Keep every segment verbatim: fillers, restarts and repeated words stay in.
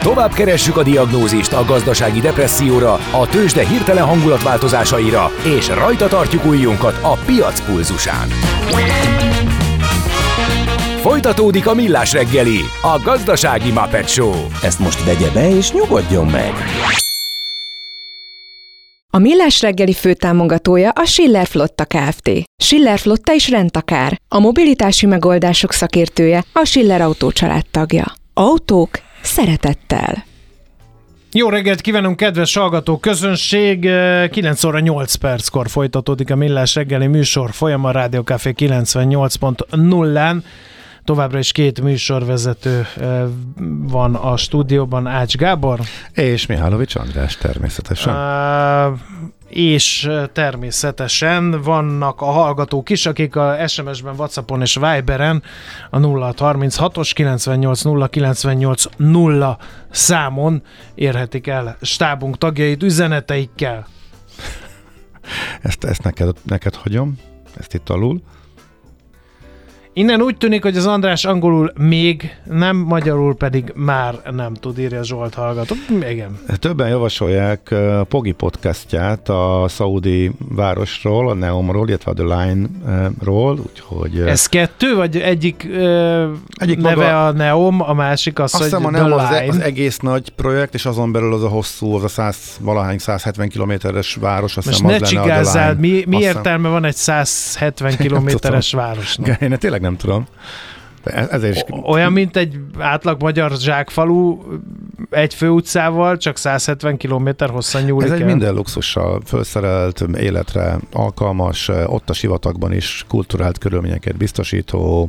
Tovább keressük a diagnózist a gazdasági depresszióra, a tőzsde hirtelen hangulatváltozásaira, és rajta tartjuk ujjunkat a piac pulzusán. Folytatódik a Millás reggeli, a gazdasági Muppet Show. Ezt most vegye be és nyugodjon meg! A Millás reggeli főtámogatója a Schiller Flotta Kft. Schiller Flotta is rendtakár. A mobilitási megoldások szakértője, a Schiller Autó család tagja. Autók szeretettel. Jó reggelt kívánunk, kedves hallgató közönség! kilenc óra nyolc perckor folytatódik a Millás reggeli műsor folyam a Rádió Café kilencvennyolc pont nullán. Továbbra is két műsorvezető van a stúdióban, Ács Gábor. És Mihálovics András természetesen. Uh, és természetesen vannak a hallgatók is, akik a es em es-ben, WhatsAppon és Viberen a nulla hat harminchatos kilencvennyolc nulla kilencvennyolc nulla számon érhetik el stábunk tagjait üzeneteikkel. Ezt, ezt neked, neked hagyom, ezt itt alul. Innen úgy tűnik, hogy az András angolul még nem, magyarul pedig már nem tud, írja Zsolt hallgató. Igen. Többen javasolják a Pogi podcastját a szaudi városról, a Neomról, illetve a The Line-ról, úgyhogy... Ez kettő, vagy egyik, egyik neve maga, a Neom, a másik az, hogy The Line? Azt hiszem a Neom az, az egész nagy projekt, és azon belül az a hosszú, az a száz valahány száz hetven kilométeres város, azt hiszem az lenne a The Line. Mi, mi értelme van egy száz hetven kilométeres városnak? Én tényleg nem tudom. Ezért is... Olyan, mint egy átlag magyar zsákfalu egy főutcával, csak száz hetven kilométer hosszan nyúlik Ez egy el. minden luxussal felszerelt, életre alkalmas, ott a sivatagban is kulturált körülményeket biztosító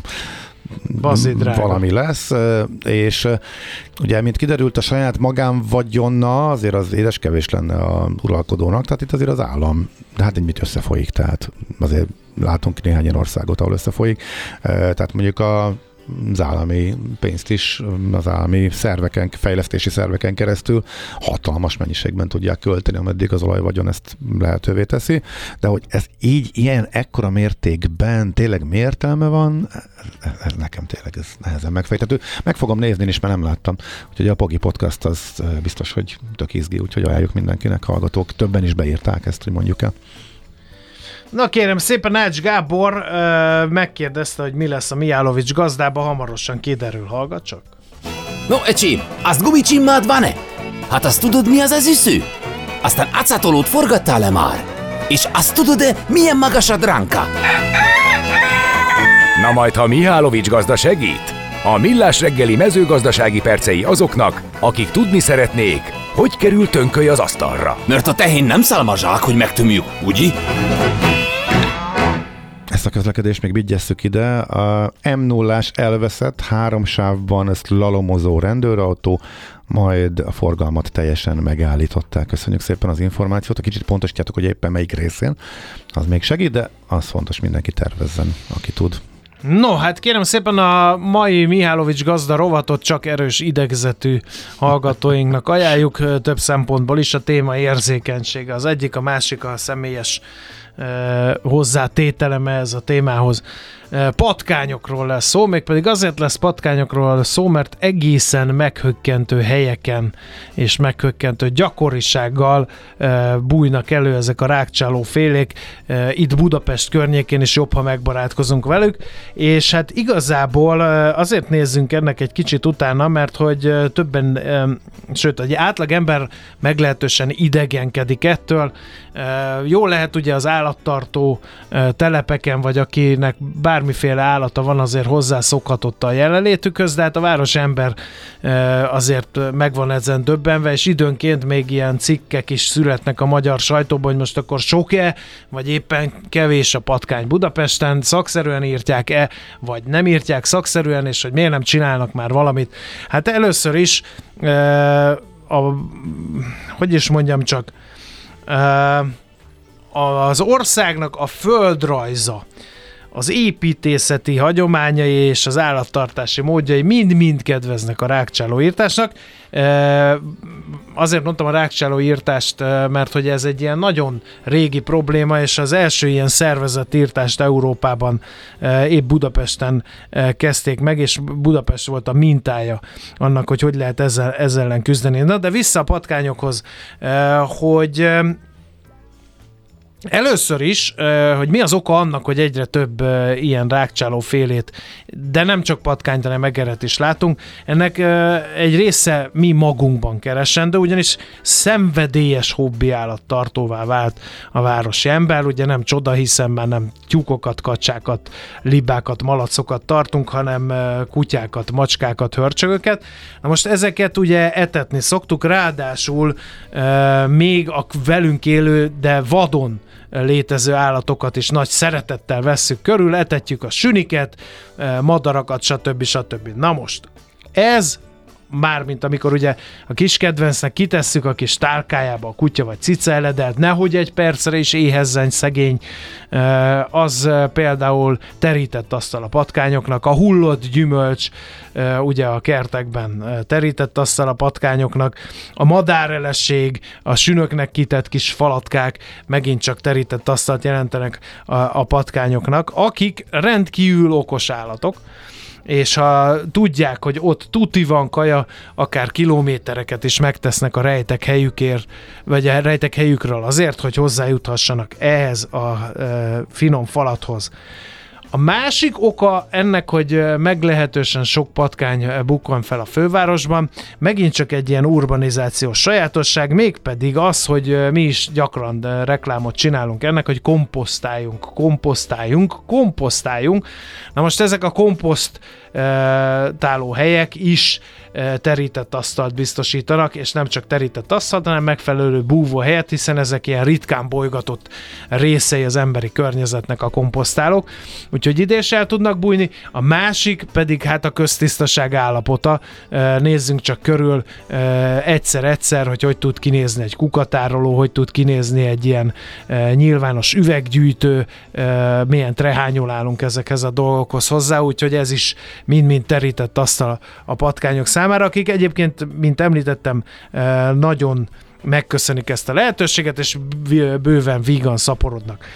valami lesz, és ugye, mint kiderült, a saját magánvagyonna azért az édes kevés lenne a uralkodónak, tehát itt azért az állam, de hát így mit összefolyik, tehát azért látunk néhány ilyen országot, ahol összefolyik, tehát mondjuk a az állami pénzt is az állami szerveken, fejlesztési szerveken keresztül hatalmas mennyiségben tudják költeni, ameddig az olajvagyon ezt lehetővé teszi, de hogy ez így, ilyen ekkora mértékben tényleg mi értelme van, ez, ez nekem tényleg ez nehezen megfejthető. Meg fogom nézni is, mert nem láttam. Úgyhogy a Pogi Podcast az biztos, hogy tök izgi, úgyhogy ajánljuk mindenkinek, hallgatók. Többen is beírták ezt, hogy mondjuk el. Na kérem szépen, Ács Gábor uh, megkérdezte, hogy mi lesz a Mihálovics gazdába, hamarosan kiderül, hallgat csak. No, ecsi, azt gumicsimmád van-e? Hát azt tudod, mi az az üsző? Aztán acatolót forgattál-e már? És azt tudod-e, milyen magas a dránka? Na majd, ha Mihálovics gazda segít? A Millás reggeli mezőgazdasági percei azoknak, akik tudni szeretnék, hogy kerül tönköly az asztalra. Mert a tehén nem szálmazsák, hogy megtömjük, ugye? Ezt a közlekedést még vigyesszük ide. A em nullás elveszett, három sávban ezt lalomozó rendőrautó, majd a forgalmat teljesen megállították. Köszönjük szépen az információt. A kicsit pontosítjátok, hogy éppen melyik részén. Az még segít, de az fontos, mindenki tervezzen, aki tud. No, hát kérem szépen, a mai Mihálovics gazda rovatot csak erős idegzetű hallgatóinknak ajánljuk több szempontból is. A téma érzékenysége az egyik, a másik a személyes eh, hozzátételeme ez a témához. Eh, patkányokról lesz szó, mégpedig azért lesz patkányokról szó, mert egészen meghökkentő helyeken és meghökkentő gyakorisággal eh, bújnak elő ezek a rágcsáló félék. Eh, itt Budapest környékén is jobb, ha megbarátkozunk velük. És hát igazából azért nézzünk ennek egy kicsit utána, mert hogy többen, sőt, egy átlag ember meglehetősen idegenkedik ettől. Jó lehet ugye az állattartó telepeken, vagy akinek bármiféle állata van, azért hozzászokhatott a jelenlétükhöz, de hát a város ember azért meg van ezen döbbenve, és időnként még ilyen cikkek is születnek a magyar sajtóban, hogy most akkor sok-e, vagy éppen kevés a patkány Budapesten, szakszerűen írtják-e, vagy nem írtják szakszerűen, és hogy miért nem csinálnak már valamit. Hát először is e, a, hogy is mondjam csak, e, az országnak a földrajza az építészeti hagyományai és az állattartási módjai mind-mind kedveznek a rágcsálóirtásnak. Azért mondtam a rágcsálóirtást, mert hogy ez egy ilyen nagyon régi probléma, és az első ilyen szervezett irtást Európában épp Budapesten kezdték meg, és Budapest volt a mintája annak, hogy hogy lehet ezzel, ezzel ellen küzdeni. Na, de vissza a patkányokhoz, hogy először is, hogy mi az oka annak, hogy egyre több ilyen rágcsálófélét, de nem csak patkányt, hanem egeret is látunk. Ennek egy része mi magunkban keresendő, ugyanis szenvedélyes hobbi állattartóvá vált a városi ember. Ugye nem csoda, hiszen már nem tyúkokat, kacsákat, libákat, malacokat tartunk, hanem kutyákat, macskákat, hörcsögöket. Na most ezeket ugye etetni szoktuk, ráadásul még a velünk élő, de vadon létező állatokat is nagy szeretettel vesszük körül, etetjük a süniket, madarakat, stb. stb. Na most, ez mármint amikor ugye a kis kedvencnek kitesszük a kis tálkájába a kutya vagy cica eledelt, nehogy egy percre is éhezzen szegény, az például terített asztal a patkányoknak, a hullott gyümölcs, ugye a kertekben terített asztal a patkányoknak, a madárelesség, a sünöknek kitett kis falatkák megint csak terített asztalt jelentenek a, a patkányoknak, akik rendkívül okos állatok, és ha tudják, hogy ott tuti van kaja, akár kilométereket is megtesznek a rejtek helyükért, vagy a rejtek helyükről azért, hogy hozzájuthassanak ehhez a e, finom falathoz. A másik oka ennek, hogy meglehetősen sok patkány bukkan fel a fővárosban, megint csak egy ilyen urbanizációs sajátosság, mégpedig az, hogy mi is gyakran reklámot csinálunk ennek, hogy komposztáljunk, komposztáljunk, komposztáljunk. Na most ezek a komposztáló helyek is terített asztalt biztosítanak, és nem csak terített asztalt, hanem megfelelő búvóhelyet, hiszen ezek ilyen ritkán bolygatott részei az emberi környezetnek a komposztálók, úgyhogy ide is el tudnak bújni. A másik pedig hát a köztisztaság állapota. Nézzünk csak körül egyszer-egyszer, hogy hogy tud kinézni egy kukatároló, hogy tud kinézni egy ilyen nyilvános üveggyűjtő, milyen trehányul állunk ezekhez a dolgokhoz hozzá, úgyhogy ez is mind-mind terített asztal a patkányok számára, akik egyébként, mint említettem, nagyon megköszönik ezt a lehetőséget, és bőven vígan szaporodnak.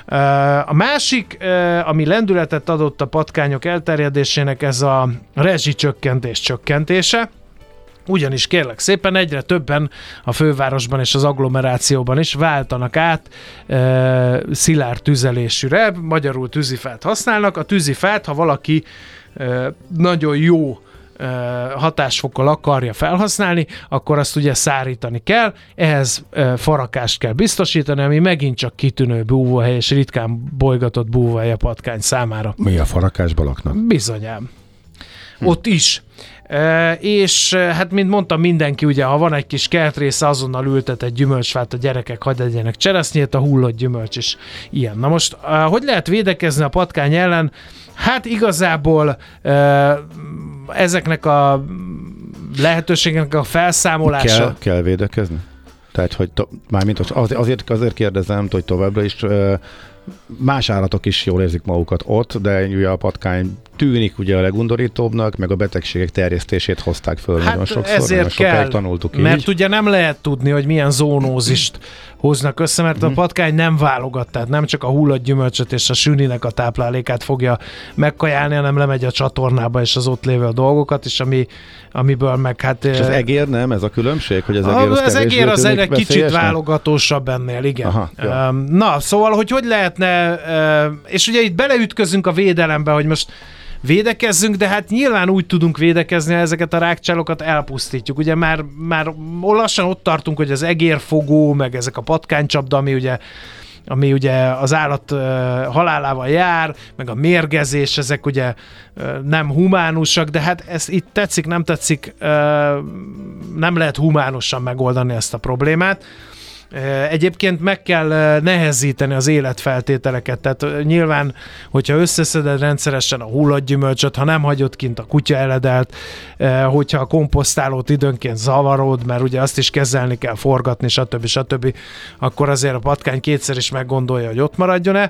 A másik, ami lendületet adott a patkányok elterjedésének, ez a rezsicsökkentés csökkentése. Ugyanis kérlek szépen egyre többen a fővárosban és az agglomerációban is váltanak át e, szilárd tüzelésűre, magyarul tűzifát használnak. A tűzifát, ha valaki e, nagyon jó hatásfokkal akarja felhasználni, akkor azt ugye szárítani kell, ehhez farakást kell biztosítani, ami megint csak kitűnő búvóhely és ritkán bolygatott búvóhely a patkány számára. Mi a farakásban laknak? Bizonyám. Hm. Ott is. E, és hát mint mondtam, mindenki ugye, ha van egy kis kertrésze, azonnal ültet egy gyümölcsfát, a gyerekek hadd egyenek cseresznyét, a hullott gyümölcs is ilyen. Na most, hogy lehet védekezni a patkány ellen? Hát igazából e, ezeknek a lehetőségeknek a felszámolása... Kell, kell védekezni? Tehát, hogy to, mármint az, azért, azért kérdezem, hogy továbbra is e, más állatok is jól érzik magukat ott, de ugye a patkány tűnik ugye a legundorítóbbnak, meg a betegségek terjesztését hozták föl hát nagyon sokszor. Ezért kell, tanultuk mert így. Ugye nem lehet tudni, hogy milyen zónózist hoznak össze, mert mm-hmm. a patkány nem válogat, tehát nem csak a hullott gyümölcsöt és a süninek a táplálékát fogja megkajálni, hanem lemegy a csatornába és az ott lévő dolgokat, és ami, amiből meg hát... És az egér nem? Ez a különbség? Hogy az egér az, az egér az egy kicsit válogatósabb ennél, igen. Aha, ja. Na, szóval, hogy hogy lehetne, és ugye itt beleütközünk a védelembe, hogy most védekezzünk, de hát nyilván úgy tudunk védekezni, ha ezeket a rágcsálókat elpusztítjuk. Ugye már, már lassan ott tartunk, hogy az egérfogó, meg ezek a patkánycsapda, ami ugye, ami ugye az állat uh, halálával jár, meg a mérgezés, ezek ugye uh, nem humánusak, de hát ez itt tetszik, nem tetszik, uh, nem lehet humánusan megoldani ezt a problémát. Egyébként meg kell nehezíteni az életfeltételeket, tehát nyilván, hogyha összeszeded rendszeresen a hullott gyümölcsöt, ha nem hagyod kint a kutya eledelt, hogyha a komposztálót időnként zavarod, mert ugye azt is kezelni kell, forgatni, stb. stb., akkor azért a patkány kétszer is meggondolja, hogy ott maradjon-e.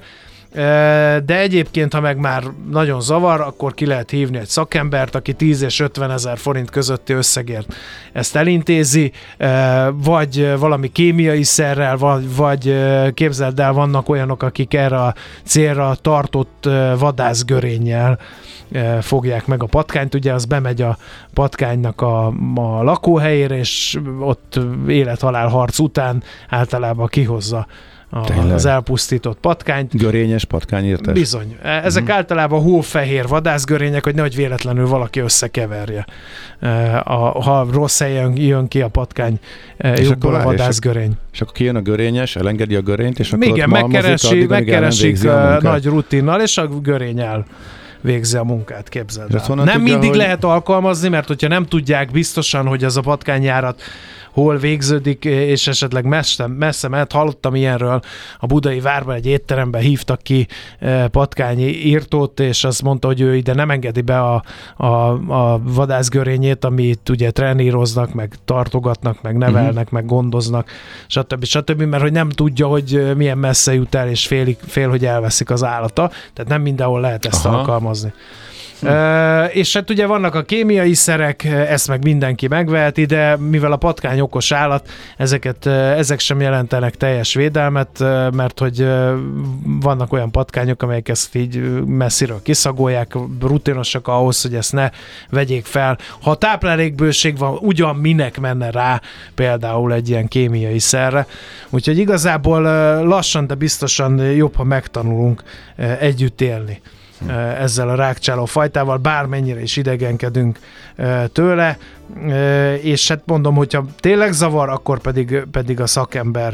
De egyébként, ha meg már nagyon zavar, akkor ki lehet hívni egy szakembert, aki tíz és ötven ezer forint közötti összegért ezt elintézi, vagy valami kémiai szerrel, vagy, vagy képzeld el, vannak olyanok, akik erre a célra tartott vadászgörénnyel fogják meg a patkányt, ugye az bemegy a patkánynak a, a lakóhelyére, és ott élet-halál harc után általában kihozza A, az elpusztított patkányt. Görényes patkányírtás? Bizony. Ezek mm. általában hófehér vadászgörények, hogy nehogy véletlenül valaki összekeverje. A, ha rossz helyen jön ki a patkány, jobból a vadászgörény. És, és akkor kijön a görényes, elengedi a görényt, és akkor igen, ott megkeresi, addig, megkeresik nagy rutinnal, és a görény el végzi a munkát, képzeld el. Nem tudja, mindig hogy... lehet alkalmazni, mert hogyha nem tudják biztosan, hogy az a patkányjárat hol végződik, és esetleg messze, messze mehet. Hallottam ilyenről, a Budai Várban egy étteremben hívtak ki patkányi írtót, és azt mondta, hogy ő ide nem engedi be a, a, a vadászgörényét, amit ugye treníroznak, meg tartogatnak, meg nevelnek, uh-huh. meg gondoznak, stb. stb. Mert hogy nem tudja, hogy milyen messze jut el, és fél, fél hogy elveszik az állata. Tehát nem mindenhol lehet ezt Aha. alkalmazni. Uh, és hát ugye vannak a kémiai szerek, ezt meg mindenki megveheti, de mivel a patkány okos állat, ezeket, ezek sem jelentenek teljes védelmet, mert hogy vannak olyan patkányok, amelyek ezt így messziről kiszagolják, rutinosak ahhoz, hogy ezt ne vegyék fel. Ha táplálékbőség van, ugyan minek menne rá például egy ilyen kémiai szerre. Úgyhogy igazából lassan, de biztosan jobb, ha megtanulunk együtt élni ezzel a rágcsáló fajtával, bármennyire is idegenkedünk tőle, és hát mondom, hogyha tényleg zavar, akkor pedig, pedig a szakember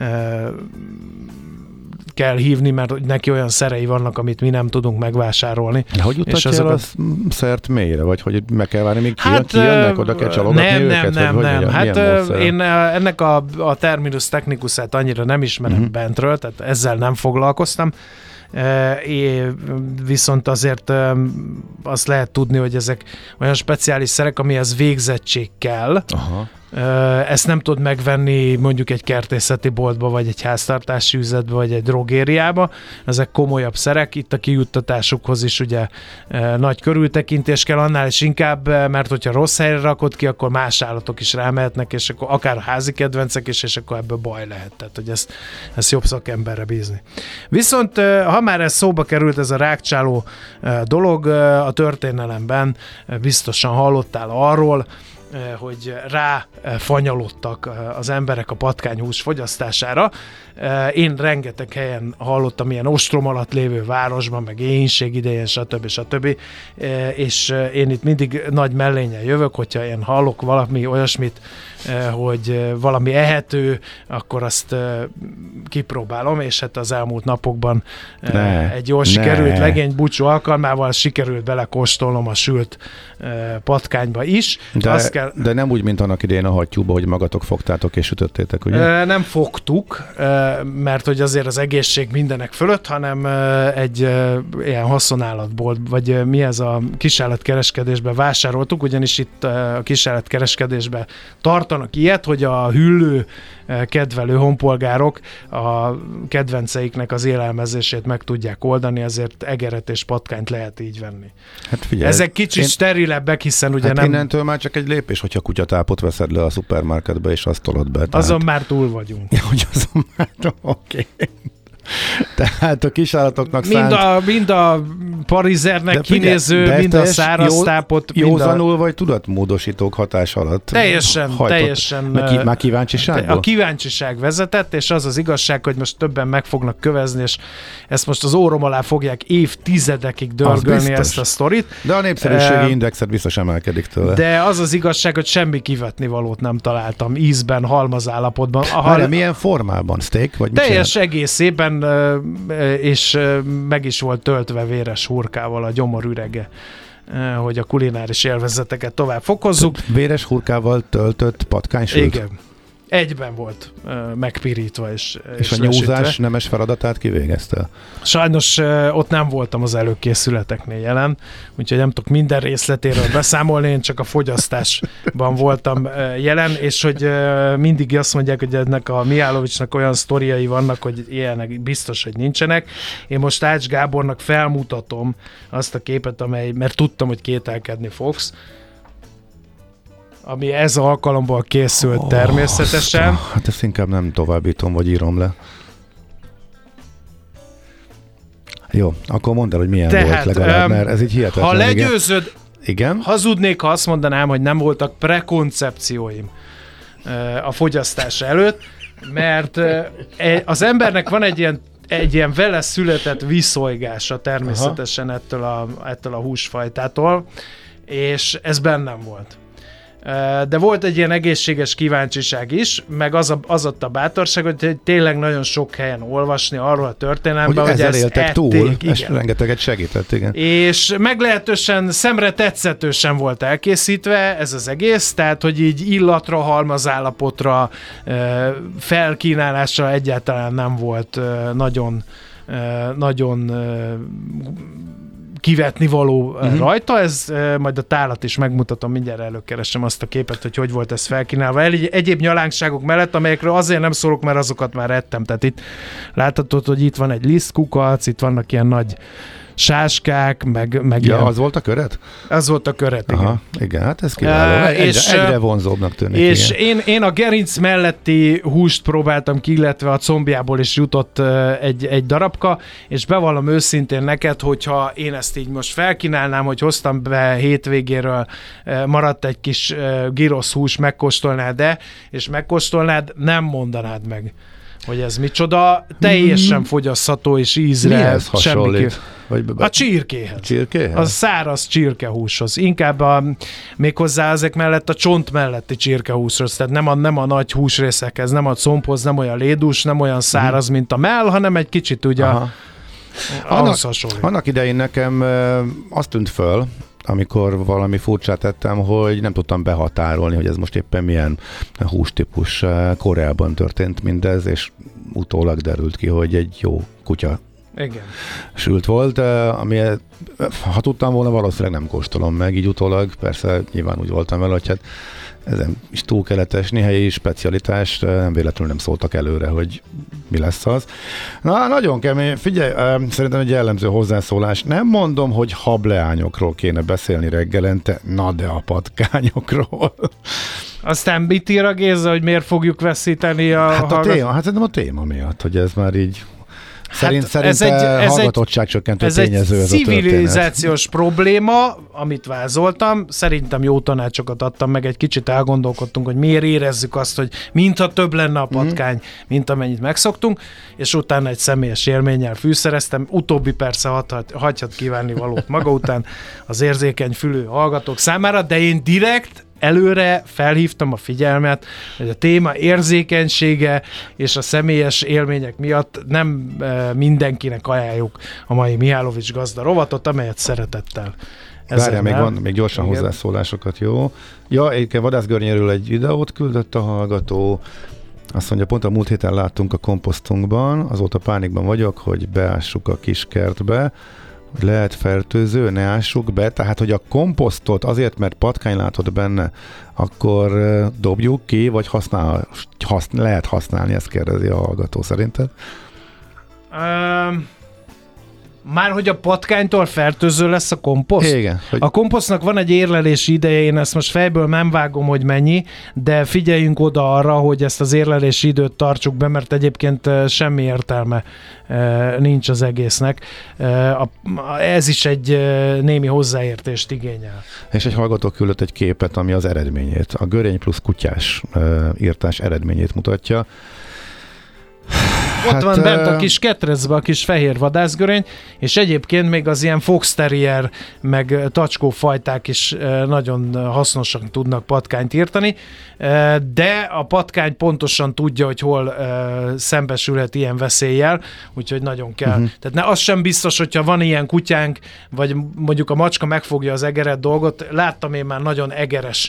kell hívni, mert neki olyan szerei vannak, amit mi nem tudunk megvásárolni. De hogy jutatja el a szert mélyre? Vagy hogy meg kell várni, míg hát, kijönnek, oda kell csalogatni nem, őket? Nem, vagy nem, nem. Hát én ennek a, a terminus technicusát annyira nem ismerem uh-huh. bentről, tehát ezzel nem foglalkoztam. É, viszont azért azt lehet tudni, hogy ezek olyan speciális szerek, amihez végzettség kell. Aha. Ezt nem tud megvenni mondjuk egy kertészeti boltba, vagy egy háztartási üzletbe, vagy egy drogériába. Ezek komolyabb szerek, itt a kijuttatásukhoz is ugye nagy körültekintés kell, annál is inkább, mert hogyha rossz helyre rakod ki, akkor más állatok is rámehetnek, és akkor akár a házi kedvencek is, és akkor ebből baj lehet. Tehát, hogy ezt, ezt jobb szakemberre bízni. Viszont ha már ez szóba került, ez a rágcsáló dolog, a történelemben biztosan hallottál arról, hogy ráfanyalodtak az emberek a patkányhús fogyasztására. Én rengeteg helyen hallottam ilyen ostrom alatt lévő városban, meg éhínség idején, stb. stb. És én itt mindig nagy mellényen jövök, hogyha én hallok valami olyasmit, hogy valami ehető, akkor azt kipróbálom, és hát az elmúlt napokban ne, egy jól sikerült ne. legény búcsú alkalmával sikerült belekóstolnom a sült patkányba is. De, azt kell... de nem úgy, mint annak idején a hattyúba, hogy magatok fogtátok és sütöttétek, ugye? Nem fogtuk, mert hogy azért az egészség mindenek fölött, hanem egy ilyen haszonállatból, vagy mi ez a kisállatkereskedésben vásároltuk, ugyanis itt a kisállatkereskedésben tartanak ilyet, hogy a hüllő kedvelő honpolgárok a kedvenceiknek az élelmezését meg tudják oldani, ezért egeret és patkányt lehet így venni. Hát figyelj, ezek kicsit én... sterilebbek, hiszen ugye hát nem... innentől már csak egy lépés, hogyha kutyatápot veszed le a szupermarketbe, és azt tolod be. Tehát... Azon már túl vagyunk. Ja, hogy azon már oké. Okay. Tehát a kisállatoknak mind szánt... A, mind a parizernek kinéző, mind a száraztápot... Józanul a... vagy tudatmódosítók hatás alatt? Teljesen, hajtott. teljesen... Már, már kíváncsiságból? A kíváncsiság vezetett, és az az igazság, hogy most többen meg fognak kövezni, és ezt most az órom alá fogják évtizedekig dörgölni ezt a sztorit. De a népszerűségi uh, indexet biztos emelkedik tőle. De az az igazság, hogy semmi kivetni valót nem találtam ízben, halmazállapotban. Hal... milyen formában? Steak? Vagy teljes egészében, és meg is volt töltve véres hurkával a gyomorürege, hogy a kulináris élvezeteket tovább fokozzuk. Véres hurkával töltött patkánysült? Igen. Egyben volt uh, megpirítva és És, és a nyúzás nemes feladatát kivégezte? Sajnos uh, ott nem voltam az előkészületeknél jelen, úgyhogy nem tudok minden részletéről beszámolni, én csak a fogyasztásban voltam uh, jelen, és hogy uh, mindig azt mondják, hogy ennek a Mihálovicsnak olyan sztoriai vannak, hogy ilyenek biztos, hogy nincsenek. Én most Ács Gábornak felmutatom azt a képet, amely, mert tudtam, hogy kételkedni fogsz, ami ez alkalomból készült oh, természetesen. Azt, hát ezt inkább nem továbbítom, vagy írom le. Jó, akkor mondd el, hogy milyen Tehát, volt legalább, mert ez így hihetetlen. Ha legyőzöd, igen? hazudnék, ha azt mondanám, hogy nem voltak prekoncepcióim a fogyasztás előtt, mert az embernek van egy ilyen egy ilyen vele született viszolygása természetesen ettől a, ettől a húsfajtától, és ez bennem volt. De volt egy ilyen egészséges kíváncsiság is, meg az, a, az ott a bátorság, hogy tényleg nagyon sok helyen olvasni arról a történelemben, hogy, hogy ezt éltek túl, igen. és rengeteget segített, igen. És meglehetősen szemre tetszetősen volt elkészítve ez az egész, tehát, hogy így illatra, halmazállapotra, felkínálásra egyáltalán nem volt nagyon, nagyon kivetni való uh-huh. rajta, ez e, majd a tálat is megmutatom, mindjárt előkeresem azt a képet, hogy hogy volt ez felkínálva. Egy, egyéb nyalánkságok mellett, amelyekről azért nem szólok, mert azokat már ettem. Tehát itt láthatod, hogy itt van egy lisztkukac, itt vannak ilyen nagy sáskák, meg, meg ja, ilyen... az volt a köret? Az volt a köret, igen. Aha, igen, hát ez kiváló. Egyre, és, egyre vonzóbbnak tűnik. És én, én a gerinc melletti húst próbáltam ki, illetve a combjából is jutott egy, egy darabka, és bevallom őszintén neked, hogyha én ezt így most felkínálnám, hogy hoztam be hétvégéről, maradt egy kis girosz hús, megkóstolnád de, és megkóstolnád, nem mondanád meg, hogy ez micsoda, teljesen fogyasztható és ízre. Mihez hasonlít? Vagy be... A csirkéhez. Csirkéhez? A száraz csirkehúshoz. Inkább a, méghozzá ezek mellett a csont melletti csirkehúshoz. Tehát nem a, nem a nagy húsrészekhez, nem a combhoz, nem olyan lédús, nem olyan száraz, mm. mint a mell, hanem egy kicsit ugye a, annak, annak idején nekem azt tűnt föl, amikor valami furcsát tettem, hogy nem tudtam behatárolni, hogy ez most éppen milyen hústípus. Koreában történt mindez, és utólag derült ki, hogy egy jó kutya Igen. sült volt, ami, ha tudtam volna, valószínűleg nem kóstolom meg, így utólag, persze nyilván úgy voltam vele, hogy hát ezen is túl keletes, néhelyi specialitás, nem véletlenül nem szóltak előre, hogy mi lesz az. Na, nagyon kemény. Figyelj, szerintem egy jellemző hozzászólás. Nem mondom, hogy hableányokról kéne beszélni reggelente, na de a patkányokról. Aztán mit ír a Géza, hogy miért fogjuk veszíteni a... Hát a téma, hát szerintem a téma miatt, hogy ez már így... Szerint, hát szerint ez egy, ez hallgatottságcsökkentő ez tényező ez egy civilizációs probléma, amit vázoltam. Szerintem jó tanácsokat adtam meg, egy kicsit elgondolkodtunk, hogy miért érezzük azt, hogy mintha több lenne a patkány, mm. mint amennyit megszoktunk, és utána egy személyes élménnyel fűszereztem. Utóbbi persze hagyhat, hagyhat kívánni valót maga után az érzékeny fülű hallgatók számára, de én direkt előre felhívtam a figyelmet, hogy a téma érzékenysége és a személyes élmények miatt nem e, mindenkinek ajánljuk a mai Mihálovics gazda rovatot, amelyet szeretettel. Várjál, még van még gyorsan igen. hozzászólásokat, jó? Ja, egyébként vadászgörnyéről egy videót küldött a hallgató, azt mondja, pont a múlt héten láttunk a komposztunkban, azóta pánikban vagyok, hogy beássuk a kis kertbe, hogy lehet fertőző, ne ássuk be, tehát hogy a komposztot azért, mert patkány látott benne, akkor dobjuk ki, vagy használ, használ, lehet használni, ezt kérdezi a hallgató szerinted? Um... Már hogy a patkánytól fertőző lesz a komposzt? Igen. Hogy... A komposztnak van egy érlelési ideje, én ezt most fejből nem vágom, hogy mennyi, de figyeljünk oda arra, hogy ezt az érlelési időt tartsuk be, mert egyébként semmi értelme nincs az egésznek. Ez is egy némi hozzáértést igényel. És egy hallgató küldött egy képet, ami az eredményét, a görény plusz kutyás írtás eredményét mutatja. Ott hát, van bent a kis ketrecbe a kis fehér vadászgörény, és egyébként még az ilyen fox terrier meg tacskó fajták is nagyon hasznosan tudnak patkányt írtani, de a patkány pontosan tudja, hogy hol szembesülhet ilyen veszéllyel, úgyhogy nagyon kell. Uh-huh. Tehát ne, az sem biztos, hogyha van ilyen kutyánk, vagy mondjuk a macska megfogja az egeret dolgot, láttam én már nagyon egeres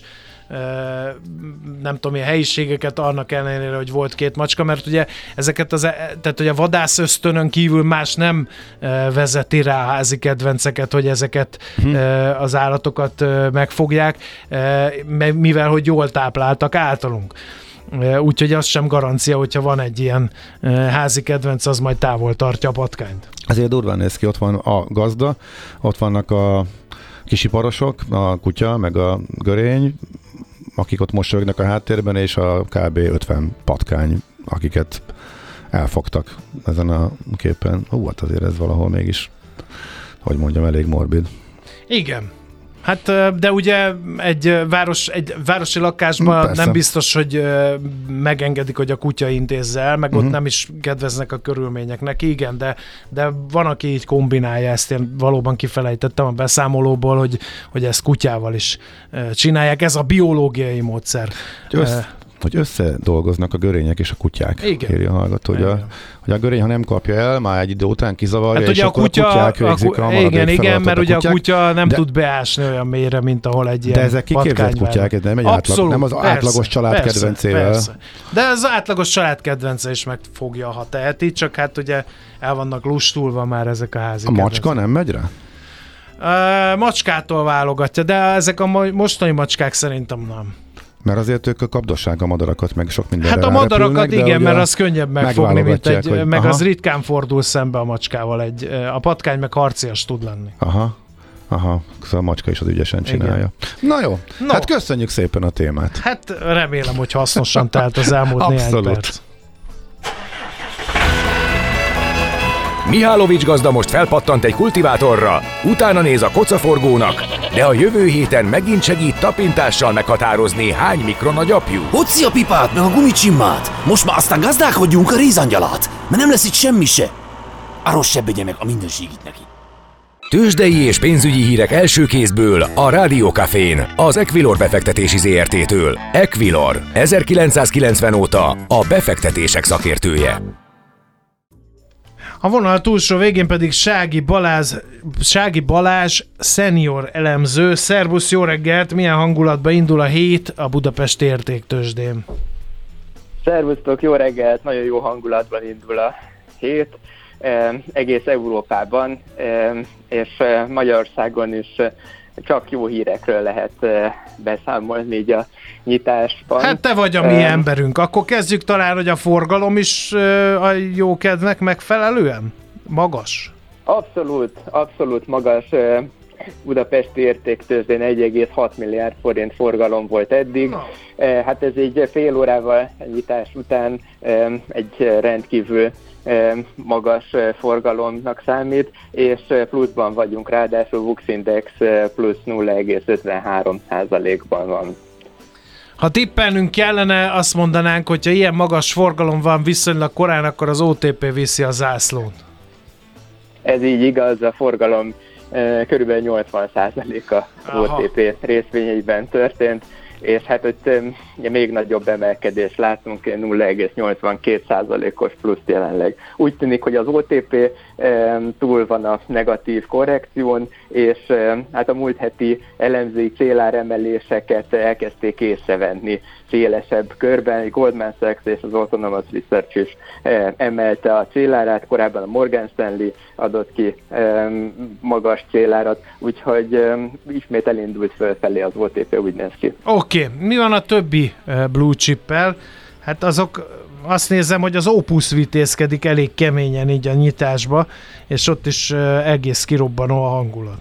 nem tudom, ilyen helyiségeket annak ellenére, hogy volt két macska, mert ugye ezeket az, tehát hogy a vadász ösztönön kívül más nem vezeti rá házi kedvenceket, hogy ezeket hmm. az állatokat megfogják, mivel hogy jól tápláltak általunk. Úgyhogy az sem garancia, hogyha van egy ilyen házi kedvenc, az majd távol tartja a patkányt. Ezért durván néz ki, ott van a gazda, ott vannak a kisiparosok, a kutya, meg a görény, akik ott mosolyognak a háttérben, és a kb. ötven patkány, akiket elfogtak ezen a képen. Hú, hát azért ez valahol mégis, hogy mondjam, elég morbid. Igen. Hát, de ugye egy, város, egy városi lakásban Persze. nem biztos, hogy megengedik, hogy a kutya intézze el, meg uh-huh. ott nem is kedveznek a körülmények neki, igen, de, de van, aki így kombinálja ezt, én valóban kifelejtettem a beszámolóból, hogy, hogy ezt kutyával is csinálják, ez a biológiai módszer. Össz, hogy összedolgoznak a görények és a kutyák. Igen. Írja a hallgató, hogy a, hogy a görény, ha nem kapja el, már egy idő után kizavarja, hát, és akkor a, kutya, a kutyák végzik a, a maradék Igen, igen, mert a ugye kutyák, a kutya nem de, tud beásni olyan mélyre, mint ahol egy ilyen De ezek kiképzett kutyák, ez nem, egy átlag, nem az persze, átlagos család persze, kedvencével. Persze. De az átlagos család kedvence is megfogja, ha teheti, csak hát ugye el vannak lustulva már ezek a házi A kedvencek. Macska nem megy rá? Uh, macskától válogatja, de ezek a mostani macskák szerintem nem. Mert azért ők a kapdosság a madarakat, meg sok mindenre Hát a madarakat igen, mert az könnyebb megfogni, mint egy, hogy, meg aha. az ritkán fordul szembe a macskával. Egy, a patkány meg harcias tud lenni. Aha, aha, szóval a macska is az ügyesen csinálja. Igen. Na jó, no. hát köszönjük szépen a témát. Hát remélem, hogy hasznosan telt az elmúlt néhány perc. Mihálovics gazda most felpattant egy kultivátorra, utána néz a kocaforgónak, de a jövő héten megint segít tapintással meghatározni, hány mikron a gyapjú. Hocsi a pipát, meg a gumicsimmát! Most már aztán gazdálkodjunk a rézangyalát, mert nem lesz itt semmi se. A rossz se begye meg a mindenségit neki. Tőzsdei és pénzügyi hírek első kézből a Rádió Cafén, az Equilor befektetési zé er té-től. Equilor, ezerkilencszázkilencven óta a befektetések szakértője. A vonal túlsó végén pedig Sági Balázs, Sági Balázs szenior elemző. Szervusz, jó reggelt! Milyen hangulatban indul a hét a Budapesti Értéktőzsdén? Szervusztok, jó reggelt! Nagyon jó hangulatban indul a hét. E, egész Európában e, és Magyarországon is csak jó hírekről lehet beszámolni így a nyitásban. Hát te vagy a mi um, emberünk. Akkor kezdjük talán, hogy a forgalom is a jó kedvnek megfelelően? Magas? Abszolút, abszolút magas. Budapesti Értéktőzsdén egy egész hat milliárd forint forgalom volt eddig. No. Hát ez egy fél órával nyitás után egy rendkívül magas forgalomnak számít, és pluszban vagyunk, ráadásul Bux Index plusz nulla egész ötvenhárom százalékban van. Ha tippelnünk kellene, azt mondanánk, hogyha ilyen magas forgalom van viszonylag korán, akkor az o té pé viszi a zászlót. Ez így igaz, a forgalom körülbelül nyolcvan százaléka o té pé részvényeiben történt, és hát ott ugye, még nagyobb emelkedés látunk, nulla egész nyolcvankét százalékos plusz jelenleg. Úgy tűnik, hogy az o té pé e, túl van a negatív korrekción, és e, hát a múlt heti elemzői céláremeléseket elkezdték észrevenni szélesebb körben. Goldman Sachs és az Autonomous Research is e, emelte a célárát, korábban a Morgan Stanley adott ki e, magas célárat, úgyhogy e, ismét elindult fölfelé az o té pé, úgy néz ki. Oké, okay. Mi van a többi uh, blue chip-el? Hát azok, azt nézem, hogy az Opus vitézkedik elég keményen így a nyitásba, és ott is uh, egész kirobbanó a hangulat.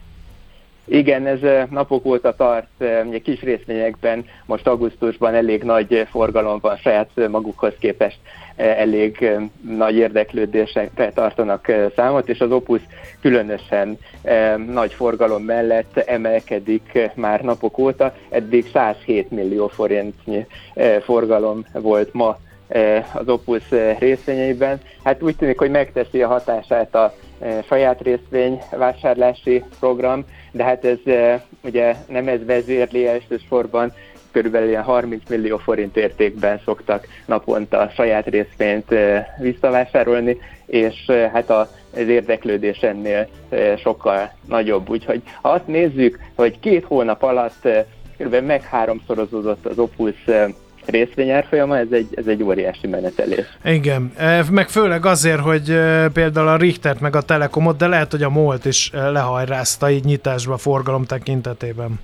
Igen, ez napok óta tart, ugye kis részvényekben most augusztusban elég nagy forgalom van, saját magukhoz képest elég nagy érdeklődésre tartanak számot, és az Opus különösen nagy forgalom mellett emelkedik már napok óta, eddig százhét millió forintnyi forgalom volt ma az Opus részvényeiben. Hát úgy tűnik, hogy megteszi a hatását a saját részvény vásárlási program, de hát ez ugye nem ez vezérli elsősorban, körülbelül ilyen harminc millió forint értékben szoktak naponta saját részvényt visszavásárolni, és hát az érdeklődés ennél sokkal nagyobb. Úgyhogy ha azt nézzük, hogy két hónap alatt kb. Meg háromszorozódott az Opus részvényárfolyama, ez egy, ez egy óriási menetelés. Igen, meg főleg azért, hogy például a Richtert meg a Telekomot, de lehet, hogy a MOL-t is lehajrázta így nyitásba forgalom tekintetében.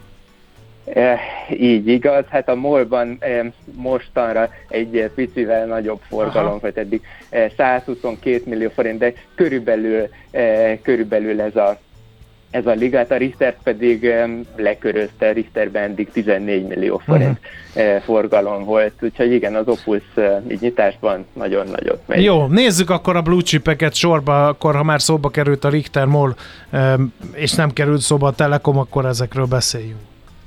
E, így igaz, hát a MOL-ban e, mostanra egy picivel nagyobb forgalom, vagy eddig e, százhuszonkét millió forint, de körülbelül, e, körülbelül ez a Ez a ligát, a Richter pedig um, lekörözte, Richterben eddig tizennégy millió forint uh-huh. forgalom volt, úgyhogy igen, az Opus uh, így nyitásban nagyon nagyot megy. Jó, nézzük akkor a blue chipeket sorba, akkor ha már szóba került a Richter, MOL, um, és nem került szóba a Telekom, akkor ezekről beszéljünk.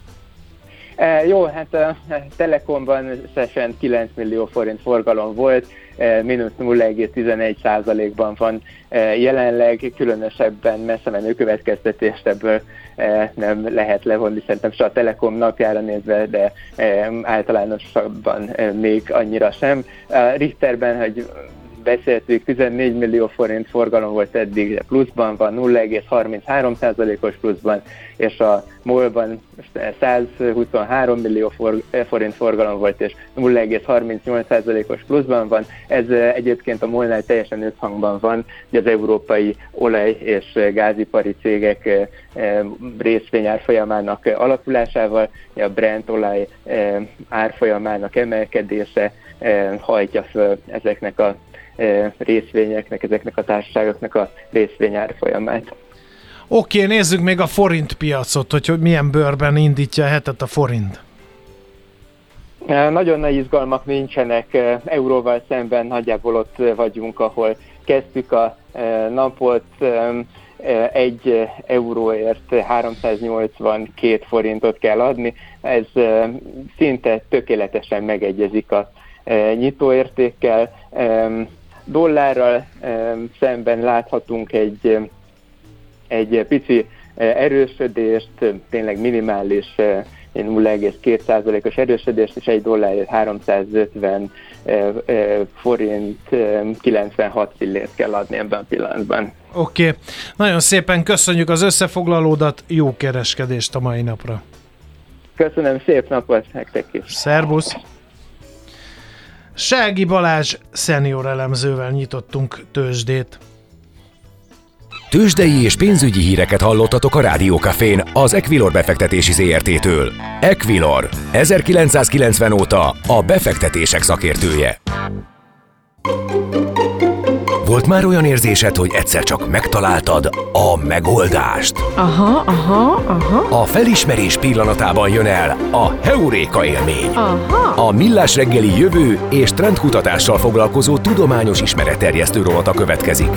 E, jó, hát a Telekomban összesen kilenc millió forint forgalom volt, e, mínusz nulla egész tizenegy százalékban van e, jelenleg, különösebben messze menő következtetést ebből e, nem lehet levonni, szerintem se a Telekom napjára nézve, de e, általánosabban e, még annyira sem. A Richterben, hogy beszéltük, tizennégy millió forint forgalom volt eddig, de pluszban van, nulla egész harminchárom százalékos pluszban, és a MOL-ban százhuszonhárom millió forint forgalom volt, és nulla egész harmincnyolc százalékos pluszban van. Ez egyébként a MOL-nál teljesen összhangban van, hogy az európai olaj- és gázipari cégek részvényárfolyamának alakulásával, a Brent olaj árfolyamának emelkedése hajtja föl ezeknek a részvényeknek, ezeknek a társaságoknak a részvényárfolyamát. Oké, nézzük még a forint piacot, hogy, hogy milyen bőrben indítja a hetet a forint. Nagyon nagy izgalmak nincsenek, euróval szemben nagyjából ott vagyunk, ahol kezdtük a napot, egy euróért háromszáznyolcvankét forintot kell adni, ez szinte tökéletesen megegyezik a nyitóértékkel. Dollárral szemben láthatunk egy, egy pici erősödést, tényleg minimális nulla egész két százalékos erősödést, és egy dollárért háromszázötven forint kilencvenhat fillért kell adni ebben a pillanatban. Oké, okay. Nagyon szépen köszönjük az összefoglalódat, jó kereskedést a mai napra. Köszönöm, szép napot nektek is. Szerbusz! Sági Balázs szenior elemzővel nyitottunk tőzsdét. Tőzsdei és pénzügyi híreket hallottatok a Rádió Cafén az Equilor befektetési zé er té-től. Equilor, ezerkilencszázkilencven óta a befektetések szakértője. Volt már olyan érzésed, hogy egyszer csak megtaláltad a megoldást? Aha, aha, aha. A felismerés pillanatában jön el a heuréka élmény. Aha. A Millás reggeli jövő és trendkutatással foglalkozó tudományos ismeretterjesztő rovata következik.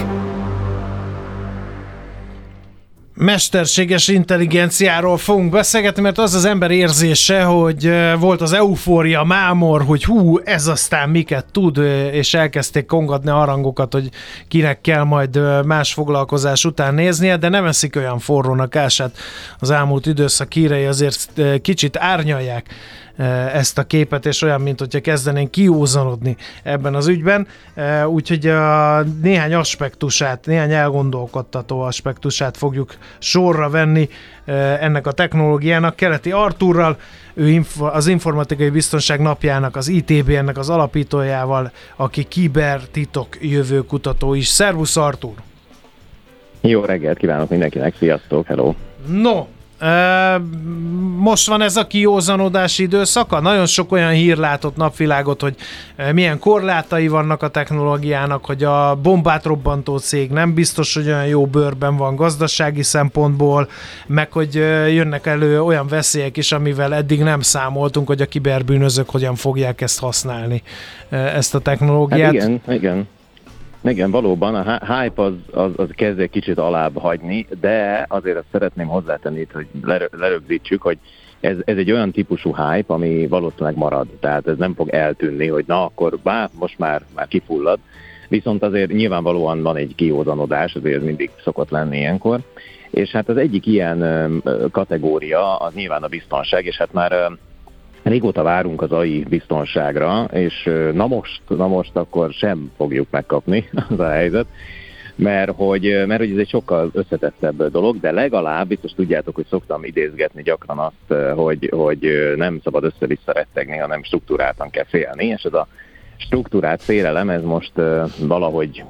Mesterséges intelligenciáról fogunk beszélgetni, mert az az ember érzése, hogy volt az eufória, mámor, hogy hú, ez aztán miket tud, és elkezdték kongatni a harangokat, hogy kinek kell majd más foglalkozás után néznie, de nem eszik olyan forrónak ását. Az elmúlt időszak hírei azért kicsit árnyalják ezt a képet, és olyan, mint hogyha kezdenénk kiózanodni ebben az ügyben. Úgyhogy a néhány aspektusát, néhány elgondolkodtató aspektusát fogjuk sorra venni ennek a technológiának. Keleti Artúrral, ő az Informatikai Biztonság Napjának, az i té bé-nek az alapítójával, aki kibertitok jövőkutató is. Szervusz, Artúr! Jó reggelt kívánok mindenkinek, sziasztok, hello! No, most van ez a kiózanodási időszaka? Nagyon sok olyan hír látott napvilágot, hogy milyen korlátai vannak a technológiának, hogy a bombát robbantó cég nem biztos, hogy olyan jó bőrben van gazdasági szempontból, meg hogy jönnek elő olyan veszélyek is, amivel eddig nem számoltunk, hogy a kiberbűnözők hogyan fogják ezt használni, ezt a technológiát. Hát igen, igen. Igen, valóban a hype az, az, az kezd egy kicsit alább hagyni, de azért azt szeretném hozzátenni, hogy lerögzítsük, hogy ez, ez egy olyan típusú hype, ami valószínűleg marad. Tehát ez nem fog eltűnni, hogy na akkor bár most már, már kifullad. Viszont azért nyilvánvalóan van egy kiózanodás, azért mindig szokott lenni ilyenkor. És hát az egyik ilyen kategória az nyilván a biztonság, és hát már régóta várunk az á i biztonságra, és na most, na most akkor sem fogjuk megkapni, az a helyzet. mert hogy, mert hogy ez egy sokkal összetettebb dolog, de legalább biztos tudjátok, hogy szoktam idézgetni gyakran azt, hogy, hogy nem szabad össze-vissza rettegni, hanem struktúráltan kell félni, és ez a struktúrát félelem, ez most valahogy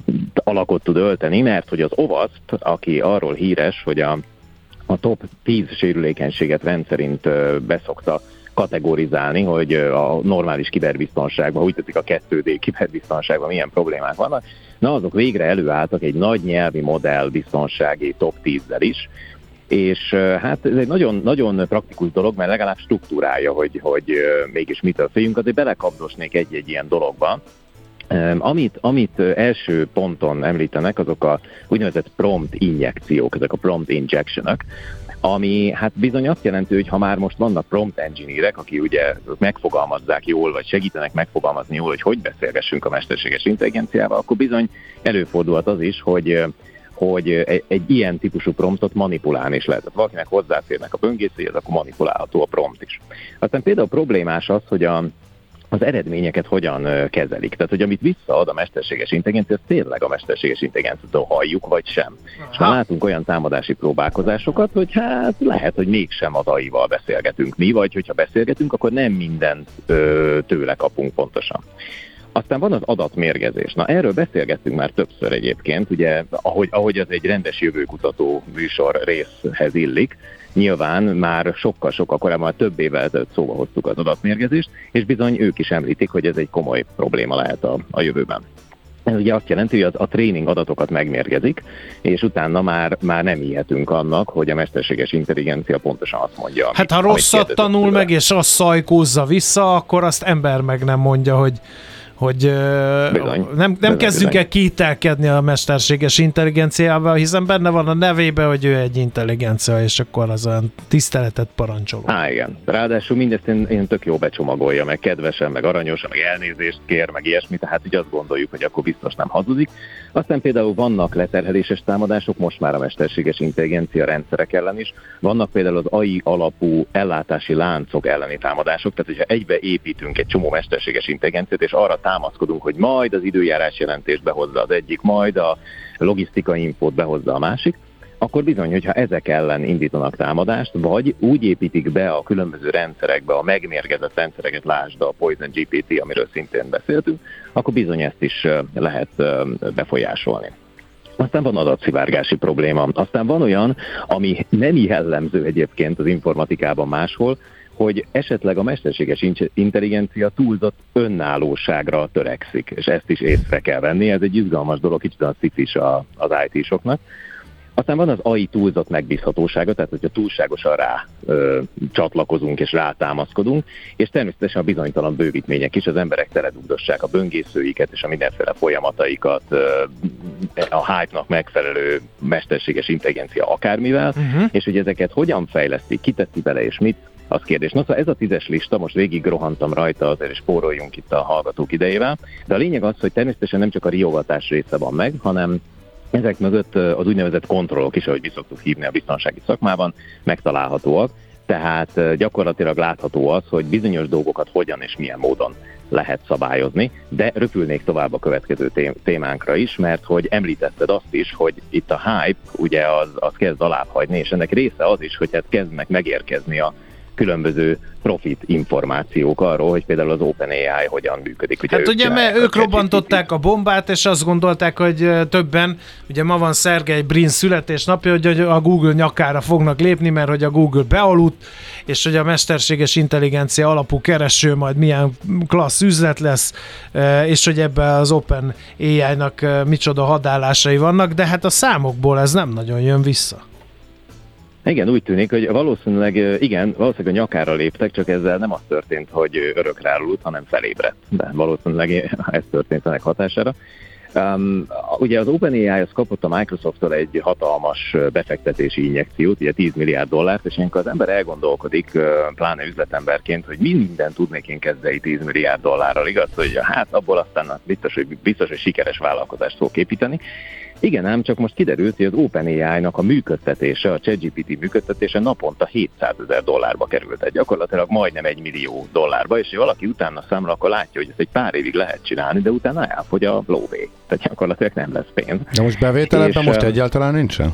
alakot tud ölteni, mert hogy az ovaszt, aki arról híres, hogy a, a top tíz sérülékenységet rendszerint beszokta kategorizálni, hogy a normális kiberbiztonságban, úgy tetszik a kettő dé kiberbiztonságban milyen problémák vannak. Na, azok végre előálltak egy nagy nyelvi modell biztonsági top tízzel is, és hát ez egy nagyon, nagyon praktikus dolog, mert legalább struktúrálja, hogy, hogy mégis mitől féljünk, azért belekapdosnék egy-egy ilyen dologba. Amit, amit első ponton említenek, azok a úgynevezett prompt injekciók, ezek a prompt injectionok, ami hát bizony azt jelenti, hogy ha már most vannak prompt engineerek, aki ugye megfogalmazzák jól, vagy segítenek megfogalmazni jól, hogy hogy beszélgessünk a mesterséges intelligenciával, akkor bizony előfordulhat az is, hogy hogy egy, egy ilyen típusú promptot manipulálni is lehet. Tehát valakinek hozzáférnek a böngészőjéhez, akkor manipulálható a prompt is. Aztán például problémás az, hogy a az eredményeket hogyan kezelik. Tehát, hogy amit visszaad a mesterséges intelligencia, az tényleg a mesterséges intelligenciától halljuk, vagy sem. Aha. És már látunk olyan támadási próbálkozásokat, hogy hát lehet, hogy mégsem az á i-val beszélgetünk mi, vagy hogyha beszélgetünk, akkor nem mindent ö, tőle kapunk pontosan. Aztán van az adatmérgezés. Na, erről beszélgettünk már többször egyébként, ugye, ahogy, ahogy az egy rendes jövőkutató műsor részhez illik, nyilván már sokkal-sokkal korábban, több évvel ezelőtt szóba hoztuk az adatmérgezést, és bizony ők is említik, hogy ez egy komoly probléma lehet a, a jövőben. Ez ugye azt jelenti, hogy az, a tréning adatokat megmérgezik, és utána már, már nem ijedünk annak, hogy a mesterséges intelligencia pontosan azt mondja. Amit, hát ha rosszat tanul tőle meg, és azt szajkózza vissza, akkor azt ember meg nem mondja, hogy hogy bizony, nem, nem bizony, kezdjünk bizony. el kételkedni a mesterséges intelligenciával, hiszen benne van a nevében, hogy ő egy intelligencia, és akkor az olyan tiszteletet parancsoló. Á, igen. Ráadásul mindezt én, én tök jó becsomagolja, meg kedvesen, meg aranyosan, meg elnézést kér, meg ilyesmi, tehát ugye azt gondoljuk, hogy akkor biztos nem hazudik. Aztán például vannak leterheléses támadások, most már a mesterséges intelligencia rendszerek ellen is. Vannak például az á i alapú ellátási láncok elleni támadások, tehát hogyha egybe építünk egy csomó mesterséges intelligenciát, és arra támaszkodunk, hogy majd az időjárás jelentést behozza az egyik, majd a logisztikai infót behozza a másik, akkor bizony, hogyha ezek ellen indítanak támadást, vagy úgy építik be a különböző rendszerekbe a megmérgezett rendszereket, lásd a Poison gé pé té, amiről szintén beszéltünk, akkor bizony ezt is lehet befolyásolni. Aztán van adatszivárgási probléma. Aztán van olyan, ami nem jellemző egyébként az informatikában máshol, hogy esetleg a mesterséges intelligencia túlzott önállóságra törekszik, és ezt is észre kell venni. Ez egy izgalmas dolog, kicsit a szifis az í té-soknak. Aztán van az á i túlzott megbízhatósága, tehát hogyha túlságosan rá ö, csatlakozunk és rátámaszkodunk, és természetesen a bizonytalan bővítmények is, az emberek teledugdossák a böngészőiket és a mindenféle folyamataikat ö, a hype-nak megfelelő mesterséges intelligencia akármivel, uh-huh. és hogy ezeket hogyan fejlesztik, kiteszi bele és mit, az kérdés. No, szóval ez a tízes lista, most végig rohantam rajta, azért is spóroljunk itt a hallgatók idejével, de a lényeg az, hogy természetesen nem csak a riogatás része van meg, hanem ezek mögött az úgynevezett kontrollok is, ahogy mi szoktuk hívni a biztonsági szakmában, megtalálhatóak, tehát gyakorlatilag látható az, hogy bizonyos dolgokat hogyan és milyen módon lehet szabályozni, de röpülnék tovább a következő témánkra is, mert hogy említetted azt is, hogy itt a hype ugye az, az kezd alábbhagyni, és ennek része az is, hogy hát kezdnek megérkezni a különböző profit információk arról, hogy például az OpenAI hogyan működik. Ugye hát ugye, mert ők robbantották a bombát, és azt gondolták, hogy többen, ugye ma van Szergej Brin születésnapja, hogy a Google nyakára fognak lépni, mert hogy a Google bealudt, és hogy a mesterséges intelligencia alapú kereső majd milyen klassz üzlet lesz, és hogy ebben az OpenAI-nak micsoda hadállásai vannak, de hát a számokból ez nem nagyon jön vissza. Igen, úgy tűnik, hogy valószínűleg, igen, valószínűleg a nyakára léptek, csak ezzel nem az történt, hogy örökre aludt, hanem felébredt. De valószínűleg ez történt ennek hatására. Um, ugye az OpenAI az kapott a Microsofttól egy hatalmas befektetési injekciót, ugye tíz milliárd dollárt, és ilyenkor az ember elgondolkodik, pláne üzletemberként, hogy mi minden tudnék én kezdeni tíz milliárd dollárral, igaz, hogy hát abból aztán biztos, hogy, biztos, hogy sikeres vállalkozást fogok építeni. Igen, ám csak most kiderült, hogy az OpenAI-nak a működtetése, a ChatGPT működtetése naponta hétszázezer dollárba került, egy gyakorlatilag majdnem egy millió dollárba, és ha valaki utána számol, akkor látja, hogy ezt egy pár évig lehet csinálni, de utána elfogy a lóvé. Tehát gyakorlatilag nem lesz pénz. De most bevételekben most egyáltalán nincsen?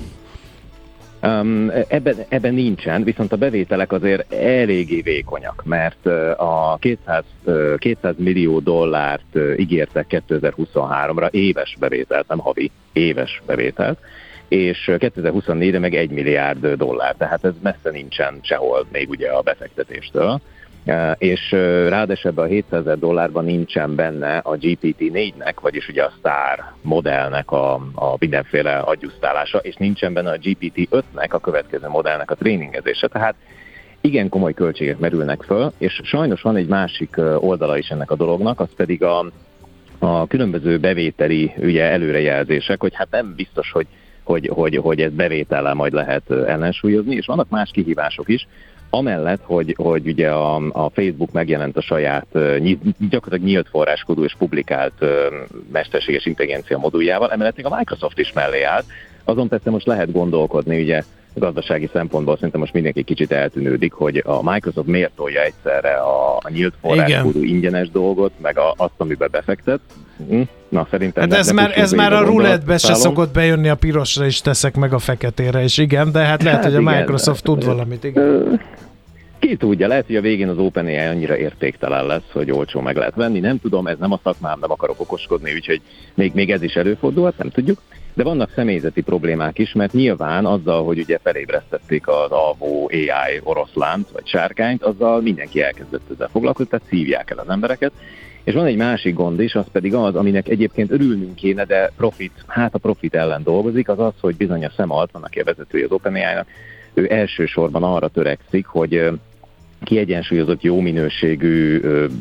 Um, ebben, ebben nincsen, viszont a bevételek azért eléggé vékonyak, mert a kétszáz millió dollárt ígértek kétezer-huszonháromra éves bevételt, nem havi, éves bevételt, és kétezer-huszonnégyre meg egy milliárd dollár, tehát ez messze nincsen sehol még ugye a befektetéstől. És ráadásul ebben a hétszázezer dollárban nincsen benne a gé pé té négynek, vagyis ugye a Star modellnek a, a mindenféle adjusztálása, és nincsen benne a gé pé té ötnek, a következő modellnek a tréningezése. Tehát igen komoly költségek merülnek föl, és sajnos van egy másik oldala is ennek a dolognak, az pedig a, a különböző bevételi ugye, előrejelzések, hogy hát nem biztos, hogy, hogy, hogy, hogy ez bevétellel majd lehet ellensúlyozni, és vannak más kihívások is. Amellett, hogy, hogy ugye a, a Facebook megjelent a saját gyakorlatilag nyílt forráskodú és publikált mesterséges intelligencia moduljával, emellett még a Microsoft is mellé állt. Azon persze most lehet gondolkodni, ugye gazdasági szempontból szerintem most mindenki kicsit eltűnődik, hogy a Microsoft miért tolja egyszerre a, a nyílt forráskodú ingyenes dolgot, meg a, azt, amiben befektet. Na, szerintem hát nem, ez, nem már, ez már a rulettbe se szálom. szokott bejönni, a pirosra is teszek meg a feketére, és igen, de hát lehet, hát hogy a igen, Microsoft de, tud valamit, igen. Ki tudja, lehet, hogy a végén az OpenAI annyira értéktelen lesz, hogy olcsó meg lehet venni, nem tudom, ez nem a szakmám, nem akarok okoskodni, úgyhogy még, még ez is előfordulhat, nem tudjuk. De vannak személyzeti problémák is, mert nyilván azzal, hogy ugye felébresztették az alvó á i oroszlánt vagy sárkányt, azzal mindenki elkezdett ezzel foglalkozni, tehát szívják el az embereket. És van egy másik gond is, az pedig az, aminek egyébként örülnünk kéne, de profit, hát a profit ellen dolgozik, az az, hogy bizony a Sam Altman, aki a vezetője az OpenAI-nak, ő elsősorban arra törekszik, hogy kiegyensúlyozott, jó minőségű,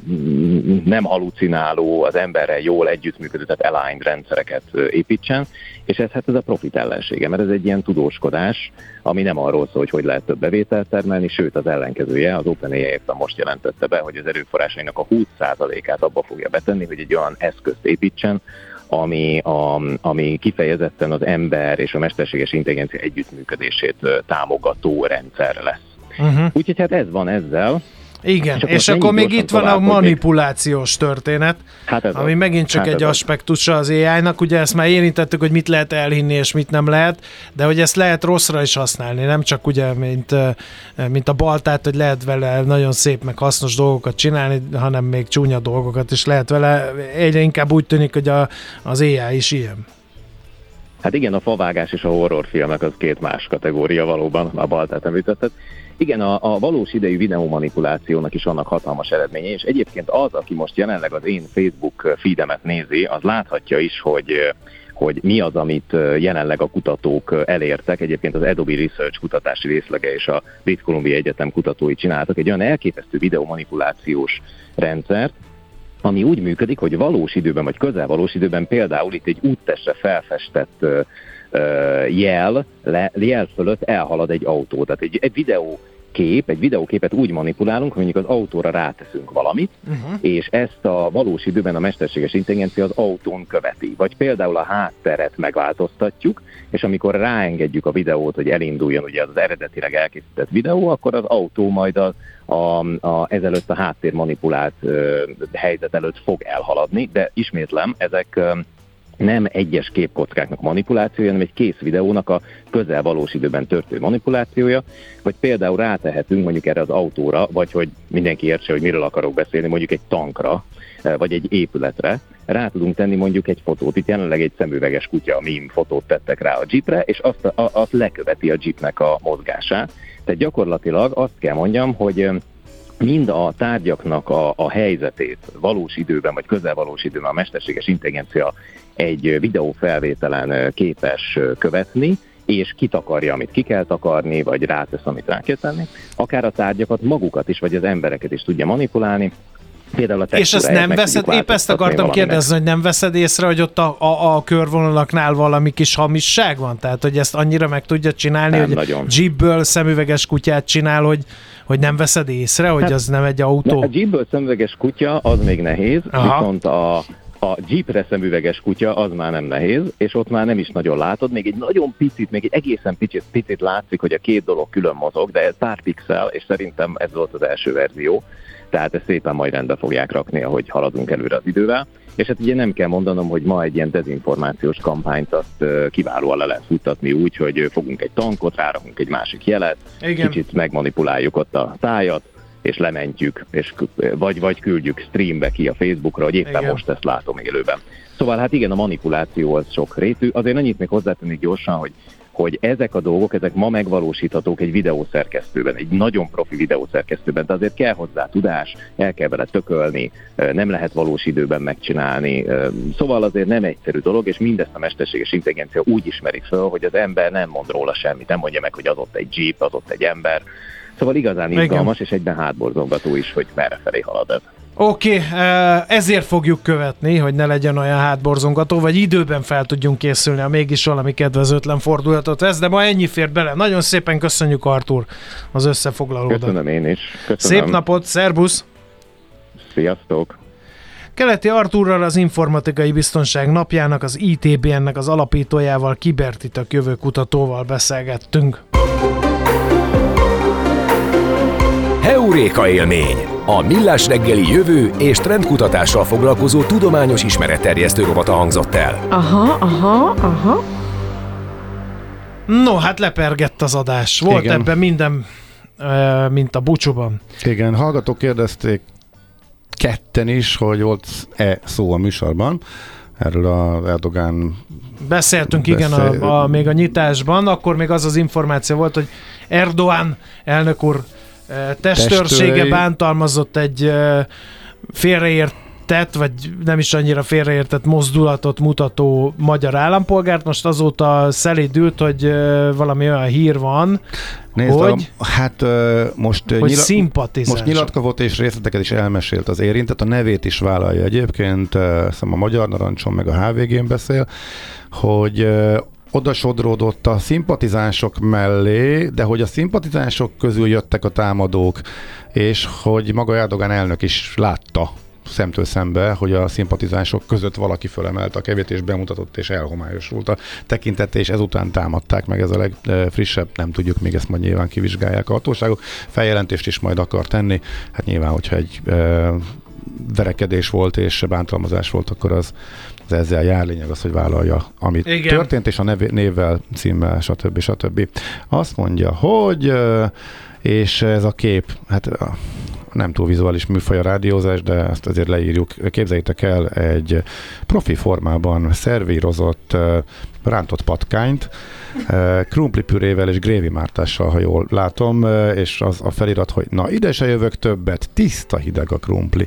nem halucináló, az emberrel jól együttműködő, tehát aligned rendszereket építsen, és ez hát ez a profit ellensége, mert ez egy ilyen tudóskodás, ami nem arról szól, hogy hogy lehet több bevételt termelni, sőt az ellenkezője, az OpenAI éppen most jelentette be, hogy az erőforrásainak a húsz százalékát abba fogja betenni, hogy egy olyan eszközt építsen, ami, a, ami kifejezetten az ember és a mesterséges intelligencia együttműködését támogató rendszer lesz. Uh-huh. Úgyhogy hát ez van ezzel. Igen, és, és akkor még itt van a manipulációs még... történet, hát ami az, megint csak hát egy aspektusa az á í-nak. Ugye ezt már érintettük, hogy mit lehet elhinni és mit nem lehet, de hogy ezt lehet rosszra is használni, nem csak ugye, mint, mint a baltát, hogy lehet vele nagyon szép meg hasznos dolgokat csinálni, hanem még csúnya dolgokat is lehet vele. Egyre inkább úgy tűnik, hogy a, az á í is ilyen. Hát igen, a favágás és a horrorfilmek az két más kategória valóban, a baltát említetted. Igen, a, a valós idejű videómanipulációnak is vannak hatalmas eredményei, és egyébként az, aki most jelenleg az én Facebook feedemet nézi, az láthatja is, hogy, hogy mi az, amit jelenleg a kutatók elértek. Egyébként az Adobe Research kutatási részlege és a Brit Columbia Egyetem kutatói csináltak egy olyan elképesztő videómanipulációs rendszert, ami úgy működik, hogy valós időben, vagy közel valós időben például itt egy úttestre felfestett jel, le, jel fölött elhalad egy autó. Tehát egy, egy videókép, egy videóképet úgy manipulálunk, hogy mondjuk az autóra ráteszünk valamit, uh-huh. és ezt a valós időben a mesterséges intelligencia az autón követi. Vagy például a hátteret megváltoztatjuk, és amikor ráengedjük a videót, hogy elinduljon ugye az eredetileg elkészített videó, akkor az autó majd a, a, a, ezelőtt a háttér manipulált uh, helyzet előtt fog elhaladni, de ismétlem, ezek uh, nem egyes képkockáknak manipulációja, hanem egy kész videónak a közel valós időben történő manipulációja, vagy például rátehetünk mondjuk erre az autóra, vagy hogy mindenki értse, hogy miről akarok beszélni, mondjuk egy tankra, vagy egy épületre, rá tudunk tenni mondjuk egy fotót. Itt jelenleg egy szemüveges kutya meme fotót tettek rá a jeepre, és azt, a, azt leköveti a jeepnek a mozgását. Tehát gyakorlatilag azt kell mondjam, hogy mind a tárgyaknak a, a helyzetét valós időben, vagy közel valós időben a mesterséges intelligencia egy videófelvételen képes követni, és kitakarja, amit ki kell takarni, vagy rátesz, amit rá kell tenni. Akár a tárgyakat magukat is, vagy az embereket is tudja manipulálni. Például a és ezt nem veszed, épp ezt akartam valaminek. kérdezni, hogy nem veszed észre, hogy ott a, a, a körvonalaknál valami kis hamisság van? Tehát, hogy ezt annyira meg tudja csinálni, nem hogy nagyon. Jeepből szemüveges kutyát csinál, hogy, hogy nem veszed észre, hogy hát, az nem egy autó? A Jeepből szemüveges kutya az még nehéz, Aha. viszont a A Jeepre szemüveges kutya az már nem nehéz, és ott már nem is nagyon látod, még egy nagyon picit, még egy egészen picit, picit látszik, hogy a két dolog külön mozog, de ez pár pixel, és szerintem ez volt az első verzió, tehát ezt szépen majd rendbe fogják rakni, ahogy haladunk előre az idővel. És hát ugye nem kell mondanom, hogy ma egy ilyen dezinformációs kampányt azt kiválóan le lehet futtatni úgy, hogy fogunk egy tankot, rárakunk egy másik jelet, igen. Kicsit megmanipuláljuk ott a tájat, és lementjük, és vagy, vagy küldjük streambe ki a Facebookra, hogy éppen igen. most ezt látom élőben. Szóval hát igen, a manipuláció az sok rétű. Azért annyit még hozzátennék gyorsan, hogy, hogy ezek a dolgok, ezek ma megvalósíthatók egy videószerkesztőben, egy nagyon profi videószerkesztőben, de azért kell hozzá tudás, el kell vele tökölni, nem lehet valós időben megcsinálni. Szóval azért nem egyszerű dolog, és mindezt a mesterséges intelligencia úgy ismeri fel, hogy az ember nem mond róla semmit, nem mondja meg, hogy az ott egy Jeep, az ott egy ember. Szóval igazán izgalmas, és egyben hátborzongató is, hogy merre felé halad ez. Oké, okay, ezért fogjuk követni, hogy ne legyen olyan hátborzongató, vagy időben fel tudjunk készülni, ha mégis valami kedvezőtlen fordulatot vesz, de ma ennyi fért bele. Nagyon szépen köszönjük, Artúr, az összefoglalódat. Köszönöm én is. Köszönöm. Szép napot, szerbusz! Sziasztok! Keleti Artúrral, az Informatikai Biztonság Napjának, az i té bé ennek az alapítójával, kibertitok jövőkutatóval beszélgettünk. Heuréka élmény! A Millás reggeli jövő és trendkutatással foglalkozó tudományos ismeretterjesztő rovata hangzott el. Aha, aha, aha. No, hát lepergett az adás. Volt igen. ebben minden, e, mint a búcsúban. Igen, hallgatók kérdezték ketten is, hogy volt-e szó a műsorban. Erről az Erdogán... Beszéltünk, beszél... igen, a, a, még a nyitásban. Akkor még az az információ volt, hogy Erdoğan elnök úr testőrsége bántalmazott egy félreértett, vagy nem is annyira félreértett mozdulatot mutató magyar állampolgárt. Most azóta szelídült, hogy valami olyan hír van, Nézd, hogy, a, hát most, hogy nyila, szimpatizál. Most nyilatkozott és részleteket is elmesélt az érintett, a nevét is vállalja egyébként, a Magyar Narancson meg a há vé gén beszél, hogy oda sodródott a szimpatizánsok mellé, de hogy a szimpatizánsok közül jöttek a támadók, és hogy maga Erdogan elnök is látta szemtől szembe, hogy a szimpatizánsok között valaki fölemelte a kevét, és bemutatott, és elhomályosult a tekintete, és ezután támadták meg. Ez a legfrissebb, nem tudjuk, még ezt majd nyilván kivizsgálják a hatóságok. Feljelentést is majd akar tenni. Hát nyilván, hogyha egy e, verekedés volt, és bántalmazás volt, akkor az az ezzel jár, lényeg az, hogy vállalja, amit igen. történt, és a nev- névvel, címmel, stb. stb. Azt mondja, hogy és ez a kép, hát nem túl vizuális műfaj a rádiózás, de ezt azért leírjuk. Képzeljétek el egy profi formában szervírozott rántott patkányt, krumplipürével és grévimártással, ha jól látom, és az a felirat, hogy na ide se jövök többet, tiszta hideg a krumpli.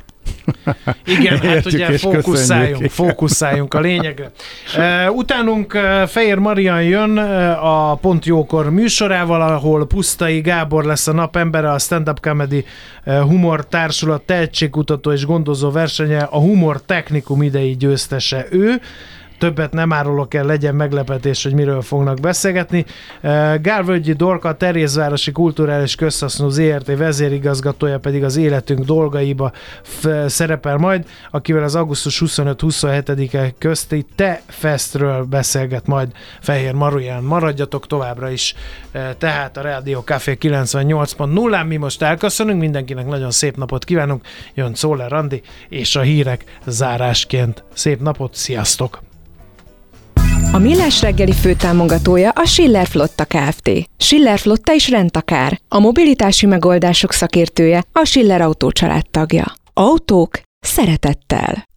Igen, hát ugye fókuszáljunk, fókuszáljunk a lényegre. Uh, utánunk uh, Fejér Marian jön uh, a Pont Jókor műsorával, ahol Pusztai Gábor lesz a napembere, a Stand Up Comedy uh, Humor Társulat tehetségkutató és gondozó versenye, a Humor Technikum idei győztese ő. Többet nem árulok el, legyen meglepetés, hogy miről fognak beszélgetni. Gálvölgyi Dorka, a Terézvárosi Kulturális Közhasznú zé er té vezérigazgatója pedig az életünk dolgaiba f- szerepel majd, akivel az augusztus huszonöt-huszonhetedike közti Te Festről beszélget majd Fejér Marian. Maradjatok továbbra is, tehát a Rádió Café kilencvennyolc pont nullán. Mi most elköszönünk, mindenkinek nagyon szép napot kívánunk, jön Czoller Andi, és a hírek zárásként. Szép napot, sziasztok! A Millás reggeli főtámogatója a Schiller Flotta Kft. Schiller Flotta is rendtakár. A mobilitási megoldások szakértője, a Schiller Autó család tagja. Autók szeretettel.